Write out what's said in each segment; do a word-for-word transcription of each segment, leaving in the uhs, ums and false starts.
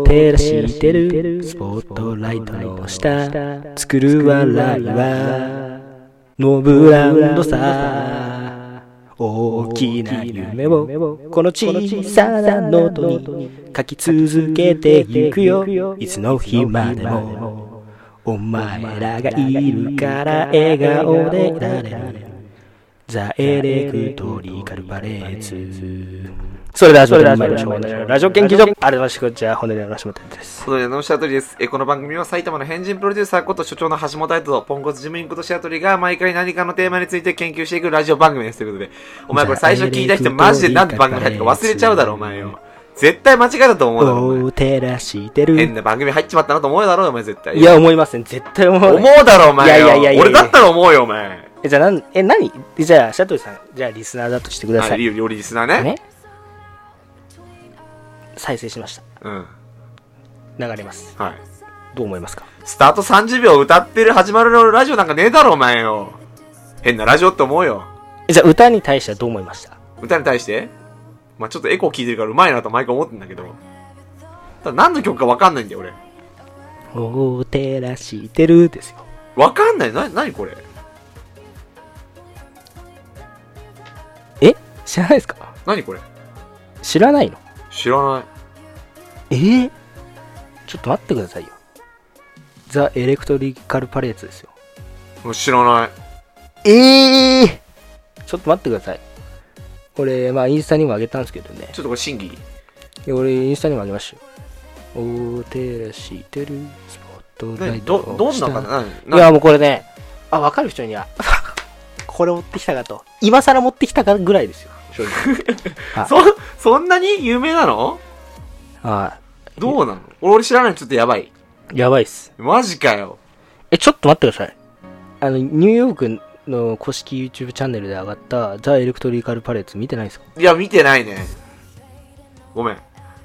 照らしてるスポットライトの下作る笑いはノーブラウンドさ大きな夢をこの小さなノートに書き続けてゆくよいつの日までもお前らがいるから笑顔でいられるザ・エレクトリカルパレーツ。それでは始めてまいりましょう。ラジオ研究所。ありがとうございます。こんにちは。本音での橋本です。 本音での橋本です。えこの番組は埼玉の変人プロデューサーこと所長の橋本愛とポンコツ事務員こと白鳥が毎回何かのテーマについて研究していくラジオ番組です。ということで、お前これ最初聞いた人マジで何て番組入ってるか忘れちゃうだろお前よ。絶対間違いだと思うだろお前。 照らしてる変な番組入っちまったなと思うだろお前絶対。 いや思いません。絶対思う。 思うだろお前よ。 いやいやいやいや俺だったら思うよお前。 えじゃあなんえ何じゃあシャトルさんじゃあリスナーだとしてください。 よりリスナーね。 ね。再生しました。 うん。 流れます。 はい。 どう思いますか。 スタートさんじゅうびょう歌ってる始まるラジオなんかねえだろお前よ。変なラジオって思うよ。 じゃあ歌に対してはどう思いました。 歌に対して、まあちょっとエコー聞いてるからうまいなと毎回思ってんだけど、ただ何の曲か分かんないんだよ俺。 おー照らしてるですよ。 分かんない。な何これ。 え知らないですか。 何これ。 知らないの。 知らない。 えー、ちょっと待ってくださいよ。ザ・エレクトリカルパレーツですよ。 もう知らない。 えー、ちょっと待ってください。これまあインスタにもあげたんですけどね。 ちょっとこれ審議。いや俺インスタにもあげましたよ。おー照らしてるスポットライトどどんなかな。 いやもうこれね、あ分かる人にはこれ持ってきたかと今更持ってきたかぐらいですよ正直。 そそんなに有名なの。 はい。 どうなの。俺知らない。ちょっとやばい。 やばいっす。 マジかよ。 えちょっと待ってください。あのニューヨークの公式 YouTube チャンネルで上がったザ・エレクトリカルパレーツ見てないですか。 いや見てないね。ごめん。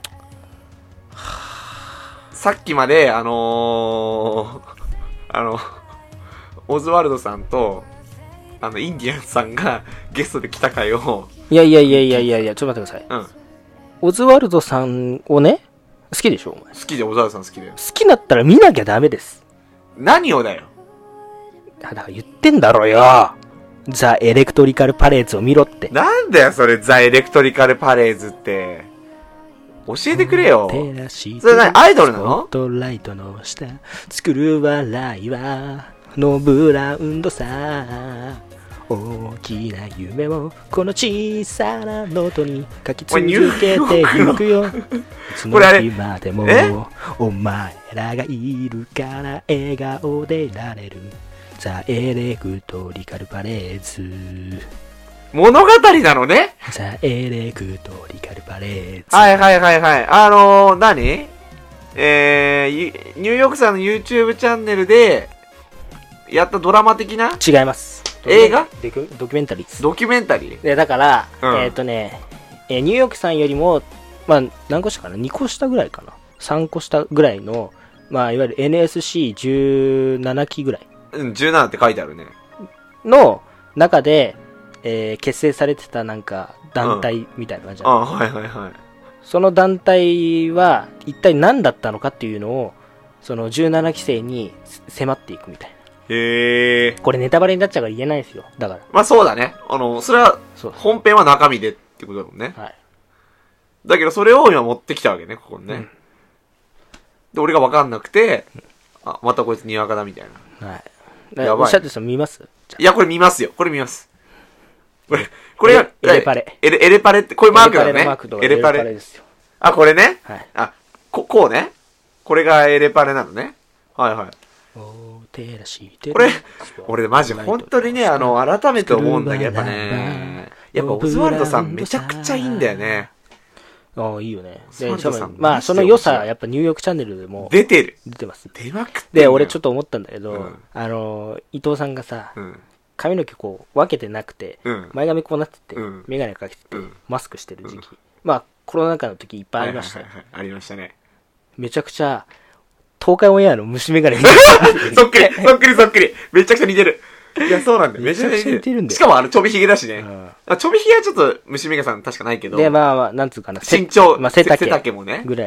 さっきまであのー、あのオズワルドさんとあのインディアンさんがゲストで来た回を。 いやいやいやいやいやいやちょっと待ってください。 うん。 オズワルドさんをね好きでしょお前。 好きでオズワルドさん好きだよ。 好きだったら見なきゃダメです。 何をだよ。 だから言ってんだろよ。ザ・エレクトリカルパレーツを見ろって。 なんだよそれザ・エレクトリカルパレーズって。教えてくれよ。それ何アイドルなの。スポットライトの下作る笑いはノーブラウンドさ大きな夢をこの小さなノートに書き続けていくよいつの日までもお前らがいるから笑顔でいられるザ・エレクトリカルパレーツ。 物語なのね。 ザ・エレクトリカルパレーツ。 はいはいはいはい。あのー、何えー、ニューヨークさんの YouTube チャンネルでやったドラマ的な。 違います。 映画ドキュメンタリーです。 ドキュメンタリーでだから、 うん、 えっ、ー、とね、えー、ニューヨークさんよりもまあ何個下かなにこ下ぐらいかなさんこ下ぐらいのまあいわゆる エヌエスシーじゅうなな 期ぐらいうんじゅうななって書いてあるねの中で、えー、結成されてたなんか団体みたいな感じ、 うん、あはいはいはい。 その団体は一体何だったのかっていうのをそのじゅうななき生に迫っていくみたいな。 へえ。 これネタバレになっちゃうから言えないですよ。だからまあそうだね。あのそれは本編は中身でってことだもんね。 はい。 だけどそれを今持ってきたわけねここにね、うん、で俺が分かんなくて、うん、あまたこいつにわかだみたいな。はい。やばい。 シャトルさん見ます？ いやこれ見ますよ。これ見ます。これこれがエレパレ。 エレエレパレってこういうマークだね。エレパレのマークとエレパレですよ。 あこれね。 はい。 あここうね。これがエレパレなのね。はいはい。これ俺マジ本当にねあの改めて思うんだけどやっぱねやっぱオズワルドさんめちゃくちゃいいんだよね。 ああいいよね。でまあその良さやっぱニューヨークチャンネルでも出てる出てます。 出まくってで俺ちょっと思ったんだけど、うん、あの伊藤さんがさ、うん、髪の毛こう分けてなくて、うん、前髪こうなってて、うん、眼鏡かけてて、うん、マスクしてる時期、うん、まあコロナ禍の時いっぱいありましたよ、 はいはいはいはい、ありましたね。 めちゃくちゃ東海オンエアの虫眼鏡そっくりそっくりそっくりめちゃくちゃ似てる。いやそうなんだよ。めちゃくちゃ似てるんだよ。しかもあのちょびひげだしね、うん、ちょびひげはちょっと虫眼鏡さん確かないけど、 でまあまあなんつうかな身長、 まあ、背丈背丈もねぐらい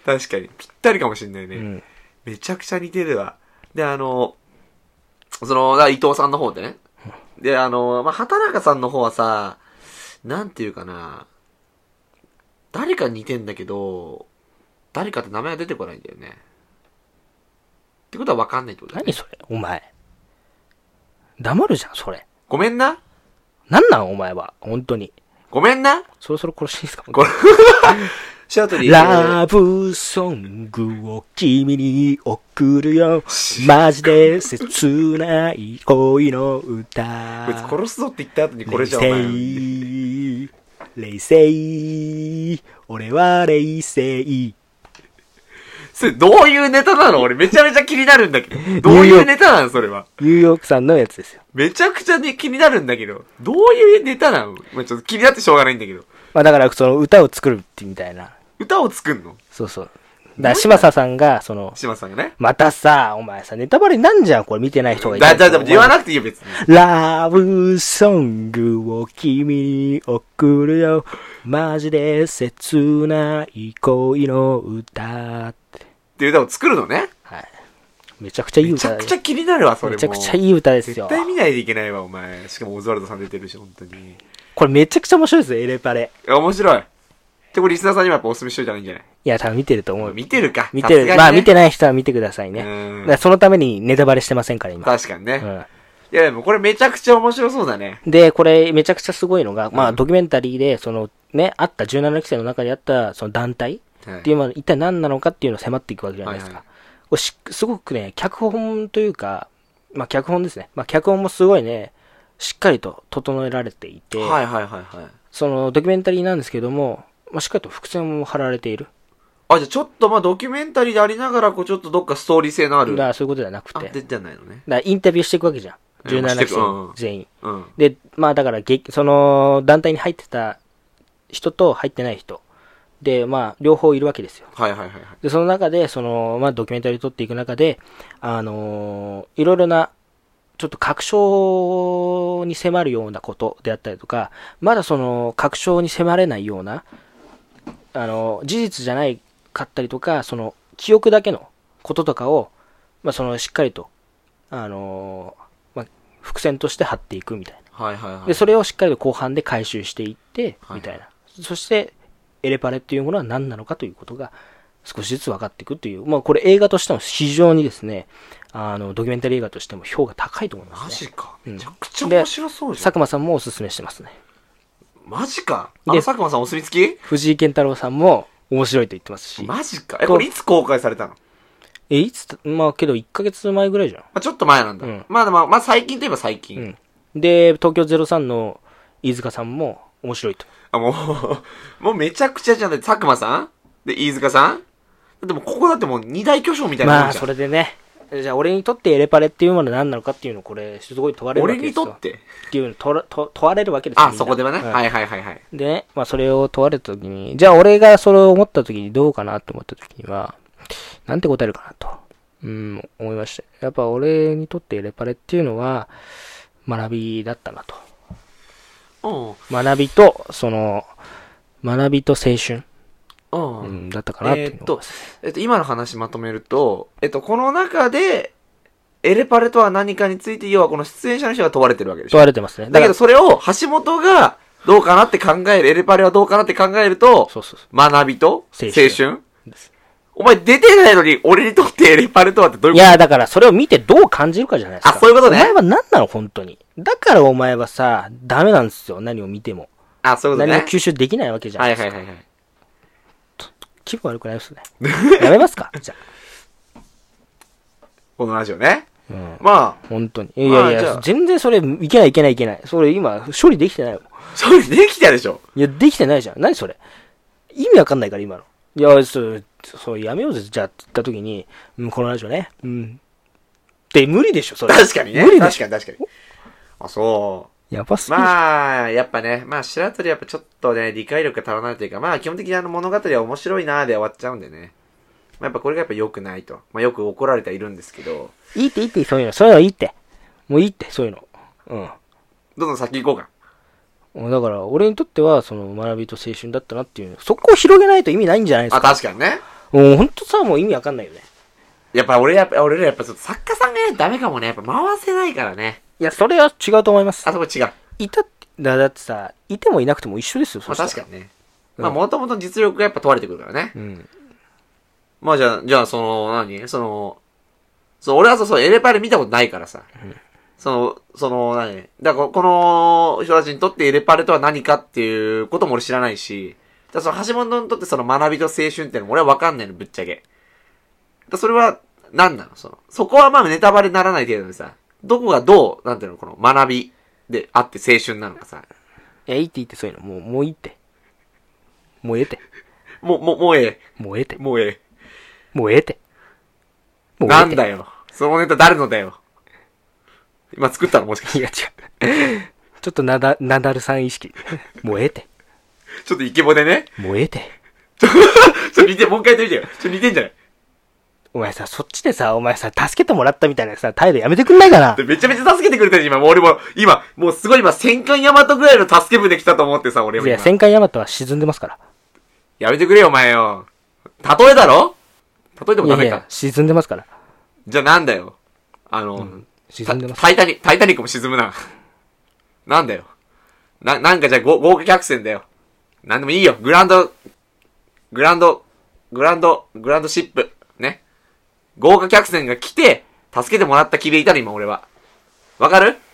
確かに。ぴったりかもしんないね。 うん。 めちゃくちゃ似てるわ。で、あの、その、だから伊藤さんの方でね。で、あの、まあ、畑中さんの方はさ、なんていうかな、誰かに似てんだけど、誰かって名前が出てこないんだよね。ってことは分かんないってことだよね。 何それお前。黙るじゃん、それ。 ごめんな。 なんなんお前は。本当に。 ごめんな。 そろそろ殺していいですかこれ、シャトリー。 ラブソングを君に送るよ。マジで切ない恋の歌。 こいつ殺すぞって言った後にこれじゃん、お前。 冷静。冷静。俺は冷静。 それどういうネタなの？俺めちゃめちゃ気になるんだけど。どういうネタなのそれは。 ニューヨークさんのやつですよ。 めちゃくちゃ、ね、気になるんだけど。どういうネタなの？まあ、ちょっと気になってしょうがないんだけど。 まあだからその歌を作るってみたいな。 歌を作んの？ そうそう。だから島佐さんが、その、 島さんがね。 またさ、お前さ、ネタバレなんじゃん、これ見てない人がいただ、 ら。 だ、だ、言わなくていいよ、別に。 ラブソングを君に送るよ。マジで切ない恋の歌って。 っていう歌を作るのね。 はい。めちゃくちゃいい歌めちゃくちゃ気になるわ、それも。 めちゃくちゃいい歌ですよ。 絶対見ないといけないわ、お前。しかもオズワルドさん出てるし、本当に。 これめちゃくちゃ面白いですよ、エレパレ。 いや、面白い。で、これリスナーさんにもやっぱおすすめしといたらいいんじゃない？ いや、多分見てると思う。 見てるか。 見てる。ね、まあ見てない人は見てくださいね。うん。だからそのためにネタバレしてませんから、今。 確かにね。 うん。 いや、でもこれめちゃくちゃ面白そうだね。 で、これめちゃくちゃすごいのが、うん、まあドキュメンタリーで、そのね、あったじゅうななきせいの中にあったその団体っていうのは一体何なのかっていうのを迫っていくわけじゃないですか。はいはい、これしすごくね、脚本というか、まあ脚本ですね。まあ脚本もすごいね、しっかりと整えられていて、 はいはいはいはい。 そのドキュメンタリーなんですけども、まあ、しっかりと伏線も張られている。 あ、じゃあちょっとまあドキュメンタリーでありながら、こうちょっとどっかストーリー性のある。 だからそういうことじゃなくて。 あ、じゃないのね。 だからインタビューしていくわけじゃん。じゅうななきせい全員。 うんうん、 で、まあだから、その団体に入ってた人と入ってない人。で、まあ両方いるわけですよ。 はいはいはい、はい。 で、その中で、その、まあドキュメンタリーを撮っていく中で、あのー、いろいろな、ちょっと確証に迫るようなことであったりとか、まだその確証に迫れないような、あの、事実じゃないかったりとか、その、記憶だけのこととかを、まあ、その、しっかりと、あのー、まあ、伏線として貼っていくみたいな。 はいはいはい。 で、それをしっかりと後半で回収していって、みたいな。はい、そして、エレパレっていうものは何なのかということが、少しずつ分かっていくという、まあ、これ映画としても非常にですね、あの、ドキュメンタリー映画としても評価高いと思いますね。 マジか。めちゃくちゃ面白そうじゃん。 佐久間さんもおすすめしてますね。 マジか。あの佐久間さんお墨付き？ 藤井健太郎さんも面白いと言ってますし。 マジか。え、これいつ公開されたの？ え、いつ、まあけどいっかげつまえぐらいじゃん。まあ、ちょっと前なんだ。うん、まあまあ、まあ最近といえば最近。 うん。で、東京ゼロさんの飯塚さんも面白いと。 あ、もう、もうめちゃくちゃじゃん。佐久間さんで、飯塚さんでもここだってもう二大巨匠みたいなもんじゃん。 まあそれでね。じゃあ俺にとってエレパレっていうものは何なのかっていうのをこれすごい問われるわけですよ。 俺にとってっていうのとと問われるわけですよ。 あ、そこではね、うん。はいはいはいはい。 でね、まあそれを問われた時に、じゃあ俺がそれを思った時にどうかなと思った時には、なんて答えるかなと、うん、思いました。やっぱ俺にとってエレパレっていうのは学びだったなと。学びと、その、学びと青春。うん、だったかなっていうの。 えっと、えっと、今の話まとめると、えっと、この中で、エレパレとは何かについて、要はこの出演者の人が問われてるわけでしょ。 問われてますね。 だけどそれを橋本がどうかなって考える、エレパレはどうかなって考えると、 そうそうそう、 学びと青春、 青春お前出てないのに、俺にとってエレパレとはってどういうこと？ いや、だからそれを見てどう感じるかじゃないですか。 あ、そういうことね。 お前は何なの本当に。だからお前はさ、ダメなんですよ。何を見ても。 あ、そういうことね。 何も吸収できないわけじゃないですか。 はいはいはいはい。 気分悪くないですね。やめますかじゃあ。 このラジオね。 うん、 まあ。 本当に。いやいや、まあ、全然それ、いけないいけないいけない。それ今、処理できてないもん。 処理できたでしょ。 いや、できてないじゃん。何それ。意味わかんないから、今の。いや、そう、そう、やめようぜ、じゃあ、って言った時に、うん、このラジオね。うん。って無理でしょ、それ。 確かにね。 無理確かに確かに。あ、そう。 やばすぎ。 まあ、やっぱね、まあ、白鳥やっぱちょっとね、理解力が足らないというか、まあ、基本的にあの物語は面白いなーで終わっちゃうんでね。まあ、やっぱこれがやっぱ良くないと。まあ、よく怒られてはいるんですけど。 いいっていいって、そういうの。そういうのいいって。もういいって、そういうの。うん。 どんどん先行こうか。 だから、俺にとっては、その、学びと青春だったなっていう、そこを広げないと意味ないんじゃないですか。 あ、確かにね。 もうほんとさ、もう意味わかんないよね。 やっぱ俺やっぱ、俺らやっぱちょっと作家さんがね、ダメかもね。やっぱ回せないからね。 いや、それは違うと思います。 あそこ違う。 いたって、だってさ、いてもいなくても一緒ですよ、 まあそしたら。 確かにね。 うんまあもともと実力がやっぱ問われてくるからね。 うん。 まあじゃあ、じゃあその、何その、そう、俺はそう、そうエレパレ見たことないからさ。 うんその、その、何だからこの人たちにとってエレパレとは何かっていうことも俺知らないし、だからその橋本にとってその学びと青春っていうのも俺は分かんないの、ぶっちゃけ。だからそれは、何なのその、そこはまあネタバレにならない程度でさ、どこがどう、なんていうの、この学びであって青春なのかさ。 いや、いいって言ってそういうの。もう、もういいって。もうええって。 もう、もう、もうええ。 もうええって。 もうええ。 もうええって。もうええって。 なんだよ。そのネタ誰のだよ。今作ったのもしかして。 いや、違う。ちょっとなだ、ナダルさん意識。もうええって。 ちょっとイケボでね。 もうええって。 ちょ、ちょっと似て、もう一回言ってみてよ。ちょっと似てんじゃないお前さ、そっちでさ、お前さ、助けてもらったみたいなさ、態度やめてくんないかな。 めちゃめちゃ助けてくれたじゃん、今。もう俺も、今、もうすごい今、戦艦ヤマトぐらいの助け舟来たと思ってさ、俺も今。 いや、戦艦ヤマトは沈んでますから。 やめてくれよ、お前よ。例えだろ例えてもダメか。 いやいや、沈んでますから。 じゃあなんだよ。あの、 うん沈んでます。 タイタニタイタニックも沈むな。なんだよ。な、なんかじゃあ豪豪華客船だよ。なんでもいいよ。グランド、グランド、グランド、グランドシップ。ね。豪華客船が来て、助けてもらった気でいたの、今俺は。わかる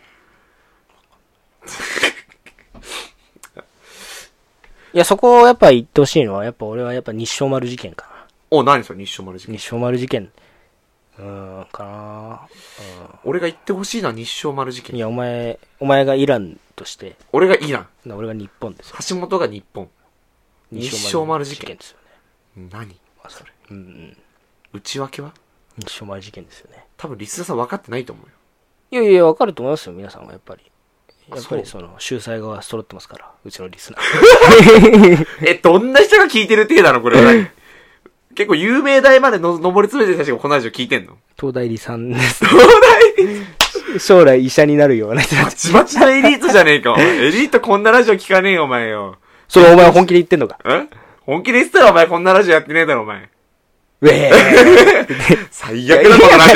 いや、そこをやっぱ言ってほしいのは、やっぱ俺はやっぱ日照丸事件かな。 お、何それ、日照丸事件。 日照丸事件。うーん、かな、 俺が言ってほしいのは日照丸事うん。 件。 いや、お前、お前がイランとして、 俺がイラン。 俺が日本ですよ。 橋本が日本。日照丸事件。 ですよね。 何まあ、それ。うんうん。 内訳は日照丸事件ですよね。 多分リスナーさん分かってないと思うよ。 いやいや、わかると思いますよ、皆さんはやっぱり。 あやっぱりその、秀才側揃ってますから、うちのリスナー。 え、どんな人が聞いてる体なのこれは。結構有名大までの登り詰めてる人がこのラジオ聞いてんの東大理さんです。 東大将来医者になるような人たバち。 チバチのエリートじゃねえか、お前。エリートこんなラジオ聞かねえよ、お前よ。 それお前本気で言ってんのか。 え本気で言ってたらお前こんなラジオやってねえだろ、お前。 ウェー最悪だ、このラジ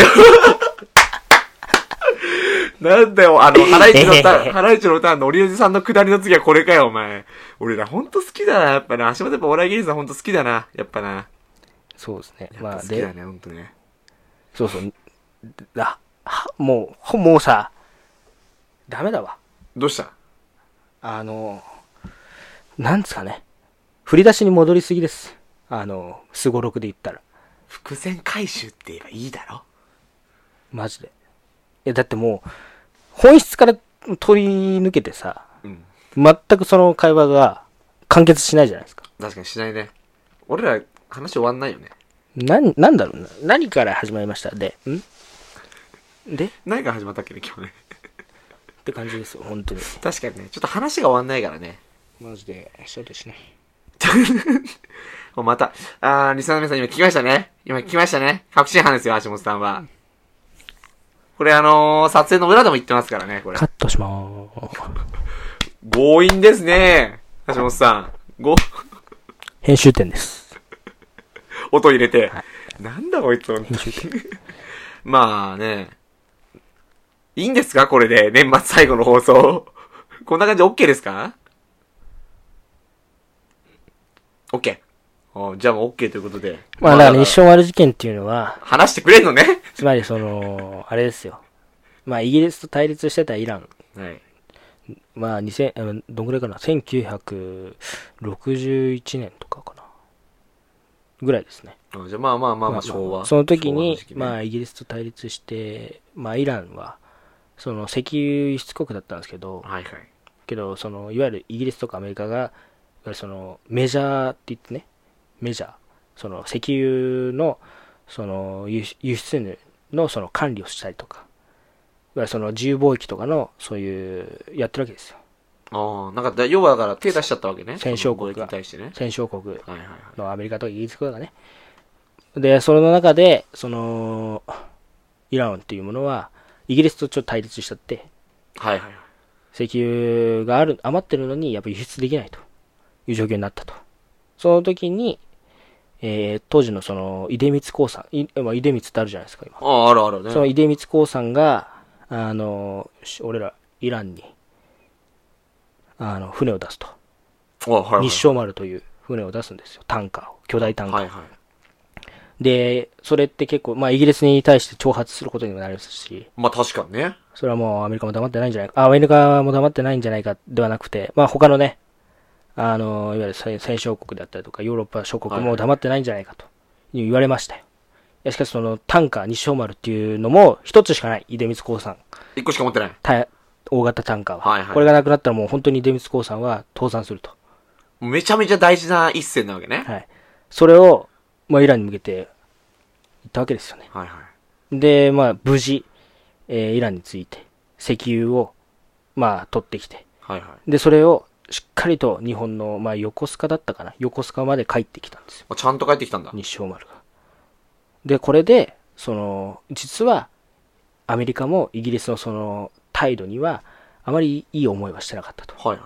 オ。なんだよ、あの、ハライチの歌、ハライチの歌、のりおじさんの下りの次はこれかよ、お前。俺らほんと好きだな、やっぱな。足元やっぱお笑い芸人さんほんと好きだな、やっぱな。 そうですね。 やっまあ、で、 ぱ好きだね、ほんとね。 そうそう。あ、はもう、ほもうさ、ダメだわ。 どうしたあの、なんですかね。振り出しに戻りすぎです。あの、すごろくで言ったら。 伏線回収って言えばいいだろマジで。いや、だってもう、本質から取り抜けてさ、 うん。 全くその会話が完結しないじゃないですか。 確かにしないね。俺ら話終わんないよね。 なん、なんだろうな。何から始まりましたで、んで何から始まったっけね、今日ね。 って感じですよ、本当に。 確かにね、ちょっと話が終わんないからね。 マジで、そうですね。 もうまた、あー、リスナーの皆さん今聞きましたね。今聞きましたね。確信犯ですよ、橋本さんは。これあのー、撮影の裏でも言ってますからね、これ。 カットしまーす。 強引ですね。橋本さん。ご、 編集点です。 音入れて。 はいなんだこいつ。 編集点。 まあね。いいんですかこれで、年末最後の放送。こんな感じで OK ですか ?OK。おじゃあもう OK ということで。 まあ、だから日照丸事件っていうのは、 話してくれんのね。 つまりその、あれですよ。まあ、イギリスと対立してたイラン。 はい。 まあ、にせん、あどんぐらいかな。せんきゅうひゃくろくじゅういちねんとかかな。ぐらいですね。 あじゃあまあまあまあまあ、昭和。 その時に、 昭和の時期ねまあ、イギリスと対立して、まあ、イランは、その石油輸出国だったんですけど、 はいはい。 けど、その、いわゆるイギリスとかアメリカが、いわゆるその、メジャーって言ってね、メジャー、その、石油の、その、輸輸出入の、その、管理をしたりとか、いわゆるその、自由貿易とかの、そういう、やってるわけですよ。 ああ、なんかだ、要はだから手出しちゃったわけね。 戦勝国がその貿易に対してね。 戦勝国はいはいはい。 のアメリカとかイギリスとかがね。で、その中で、その、イランっていうものは、イギリスとちょっと対立しちゃって、 はいはいはい。 石油がある、余ってるのに、やっぱ輸出できないという状況になったと。その時に、 えー、当時のその、出光興産、い、まあ、出光ってあるじゃないですか、今。 ああ、あるあるね。 その出光興産が、あの、俺ら、イランに、あの、船を出すと。 あ、はいはい、 日照丸という船を出すんですよ。タンカーを。巨大タンカーを。 はいはい。 で、それって結構、まあ、イギリスに対して挑発することにもなりますし。 まあ確かにね。 それはもうアメリカも黙ってないんじゃないか。あ、アメリカも黙ってないんじゃないかではなくて、まあ他のね、あの、いわゆる戦勝国であったりとか、ヨーロッパ諸国も黙ってないんじゃないかと言われましたよ。いやしかしそのタンカー日照丸っていうのも一つしかない。出光興産。 一個しか持ってない。 大型タンカーは。 はいはい。 これがなくなったらもう本当に出光興産は倒産すると。 めちゃめちゃ大事な一戦なわけね。 はい。それを、まあイランに向けて言ったわけですよね。 はいはい。 で、まあ無事、えー、イランについて石油を、まあ取ってきて。 はいはい。 で、それをしっかりと日本の、まあ横須賀だったかな。横須賀まで帰ってきたんですよ。 ちゃんと帰ってきたんだ。 日照丸が。で、これで、その、実は、アメリカもイギリスのその態度には、あまりいい思いはしてなかったと。 はいはい。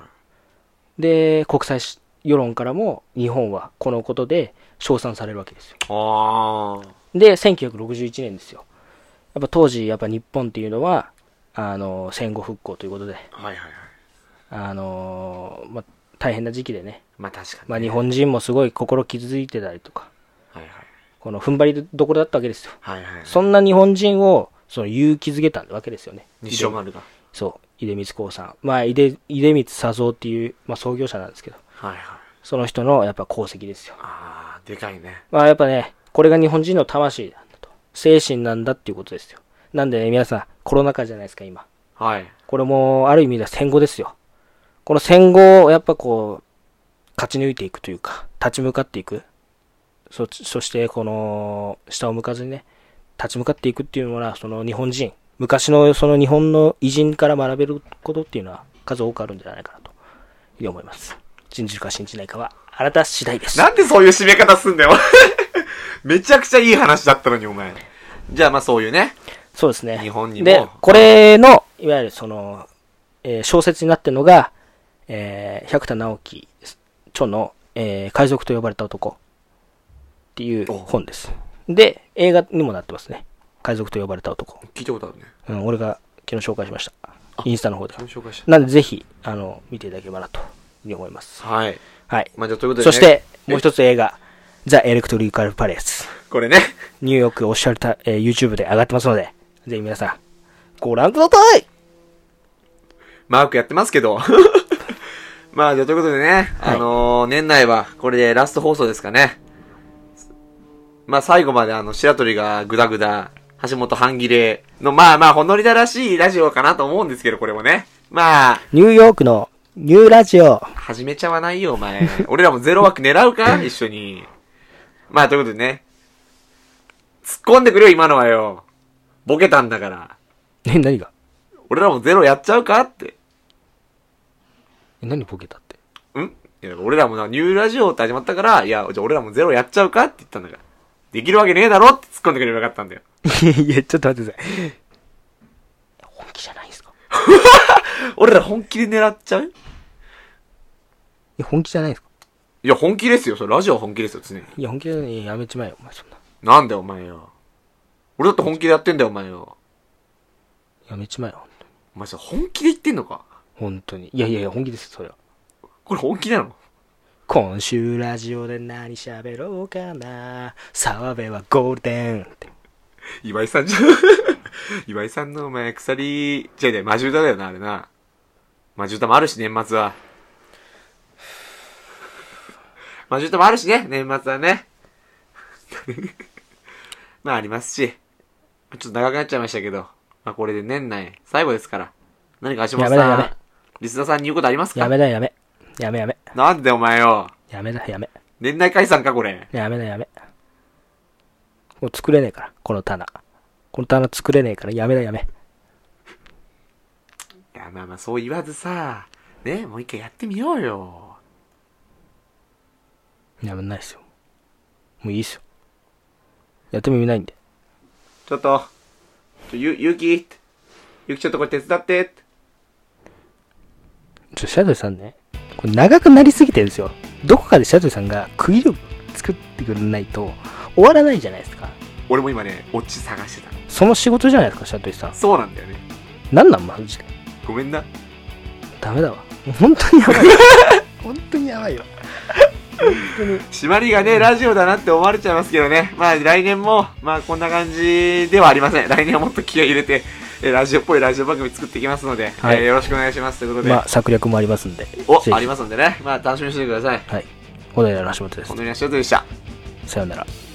で、国際世論からも、日本はこのことで称賛されるわけですよ。 ああ。 で、せんきゅうひゃくろくじゅういちねんですよ。やっぱ当時、やっぱ日本っていうのは、あの、戦後復興ということで、 はいはいはい。 あの、まあ、大変な時期でね。 まあ確かに、ね。 まあ日本人もすごい心傷ついてたりとか、 はいはい。 この踏ん張りどころだったわけですよ。 はいはい、はい。 そんな日本人を、その勇気づけたわけですよね。 日照丸が。 そう、出光興産。まあ、出、出光佐三っていう、まあ創業者なんですけど。 はいはい。 その人のやっぱ功績ですよ。 ああ、でかいね。 まあやっぱね、これが日本人の魂なんだと。精神なんだっていうことですよ。なんでね、皆さん、コロナ禍じゃないですか、今。 はい。 これも、ある意味では戦後ですよ。この戦後をやっぱこう、勝ち抜いていくというか、立ち向かっていく。そ、そしてこの、下を向かずにね、立ち向かっていくっていうのは、その日本人、昔のその日本の偉人から学べることっていうのは数多くあるんじゃないかなという思います。信じるか信じないかはあなた次第です。 なんでそういう締め方すんだよ。めちゃくちゃいい話だったのにお前。じゃあまあそういうね。 そうですね。 日本にも。 で、これの、いわゆるその、えー、小説になってるのが、えー、百田直樹著の、えー、海賊と呼ばれた男っていう本です。で、映画にもなってますね。海賊と呼ばれた男。 聞いたことあるね。 うん、俺が昨日紹介しました。インスタの方で。 昨日紹介した。 なんでぜひ、あの、見ていただければなというふうに思います。 はい。 はい。 まあじゃあということで、ね、 そして、もう一つ映画、ザ・エレクトリカル・パレス。 これね。 ニューヨークオフィシャルタ、えー、YouTube で上がってますので、ぜひ皆さん、ご覧ください。 マークやってますけど。まあじゃあということでね、はい、あのー、年内はこれでラスト放送ですかね。まあ最後まであの、白鳥がグダグダ、橋本半切れの、まあまあ、ほのりだらしいラジオかなと思うんですけど、これもね。まあ。 ニューヨークのニューラジオ。 始めちゃわないよ、お前。俺らもゼロ枠狙うか一緒に。まあ、ということでね。突っ込んでくれよ、今のはよ。ボケたんだから。 え、何が？ 俺らもゼロやっちゃうかって。 え、何ボケたって？ んいや、俺らもな、ニューラジオって始まったから、いや、じゃあ俺らもゼロやっちゃうかって言ったんだから。できるわけねえだろって突っ込んでくれればよかったんだよ。 いや、ちょっと待ってください。本気じゃないんすか？ 俺ら本気で狙っちゃう？いや、本気じゃないんすか？ いや、本気ですよ。それラジオは本気ですよ、常に。 いや、本気じゃない。やめちまえよ、お前そんな。 なんだよ、お前よ。俺だって本気でやってんだよ、お前よ。 やめちまえよ、本当に。 お前さ、本気で言ってんのか？ 本当に。いやいやいや、本気です、それは。 これ本気なの？ 今週ラジオで何喋ろうかな。澤部はゴールデンって。 岩井さんじゃん。岩井さんのお前鎖、違う違う、マジ歌だよな、あれな。マジ歌もあるし、年末は。マジ歌もあるしね、年末はね。まあありますし。ちょっと長くなっちゃいましたけど。まあこれで年内最後ですから。何か橋本さん、リスナーさんに言うことありますか？ やめだやめ。やめやめ。 なんでお前よ。 やめだやめ。 年内解散かこれ。 やめだやめ。もう作れねえから、この棚。この棚作れねえからやめだやめ。 いやまあまあそう言わずさ、ね、もう一回やってみようよ。 やめないっすよ。もういいっすよ。やっても意味ないんで。 ちょっと、ちょ、ゆ、ゆきって。ゆきちょっとこれ手伝ってって。 ちょ、シャドウさんね。これ長くなりすぎてるんですよ。どこかでシャドウさんが区切る作ってくれないと終わらないじゃないですか。 俺も今ね、オチ探してた。 その仕事じゃないですか、シャトリさん。 そうなんだよね。 なんなんマジで。 ごめんな。 ダメだわ。本当にやばい。本当にやばいわ。本当に。 締まりがね、ラジオだなって思われちゃいますけどね。まあ来年も、まあこんな感じではありません。来年はもっと気合い入れて、えラジオっぽいラジオ番組作っていきますので、はい、えー、よろしくお願いしますということで。 まあ策略もありますんで。 お、ありますんでね。まあ楽しみにしててください。 はい。小平ラシモトです。 小平ラシモトでした。 さようなら。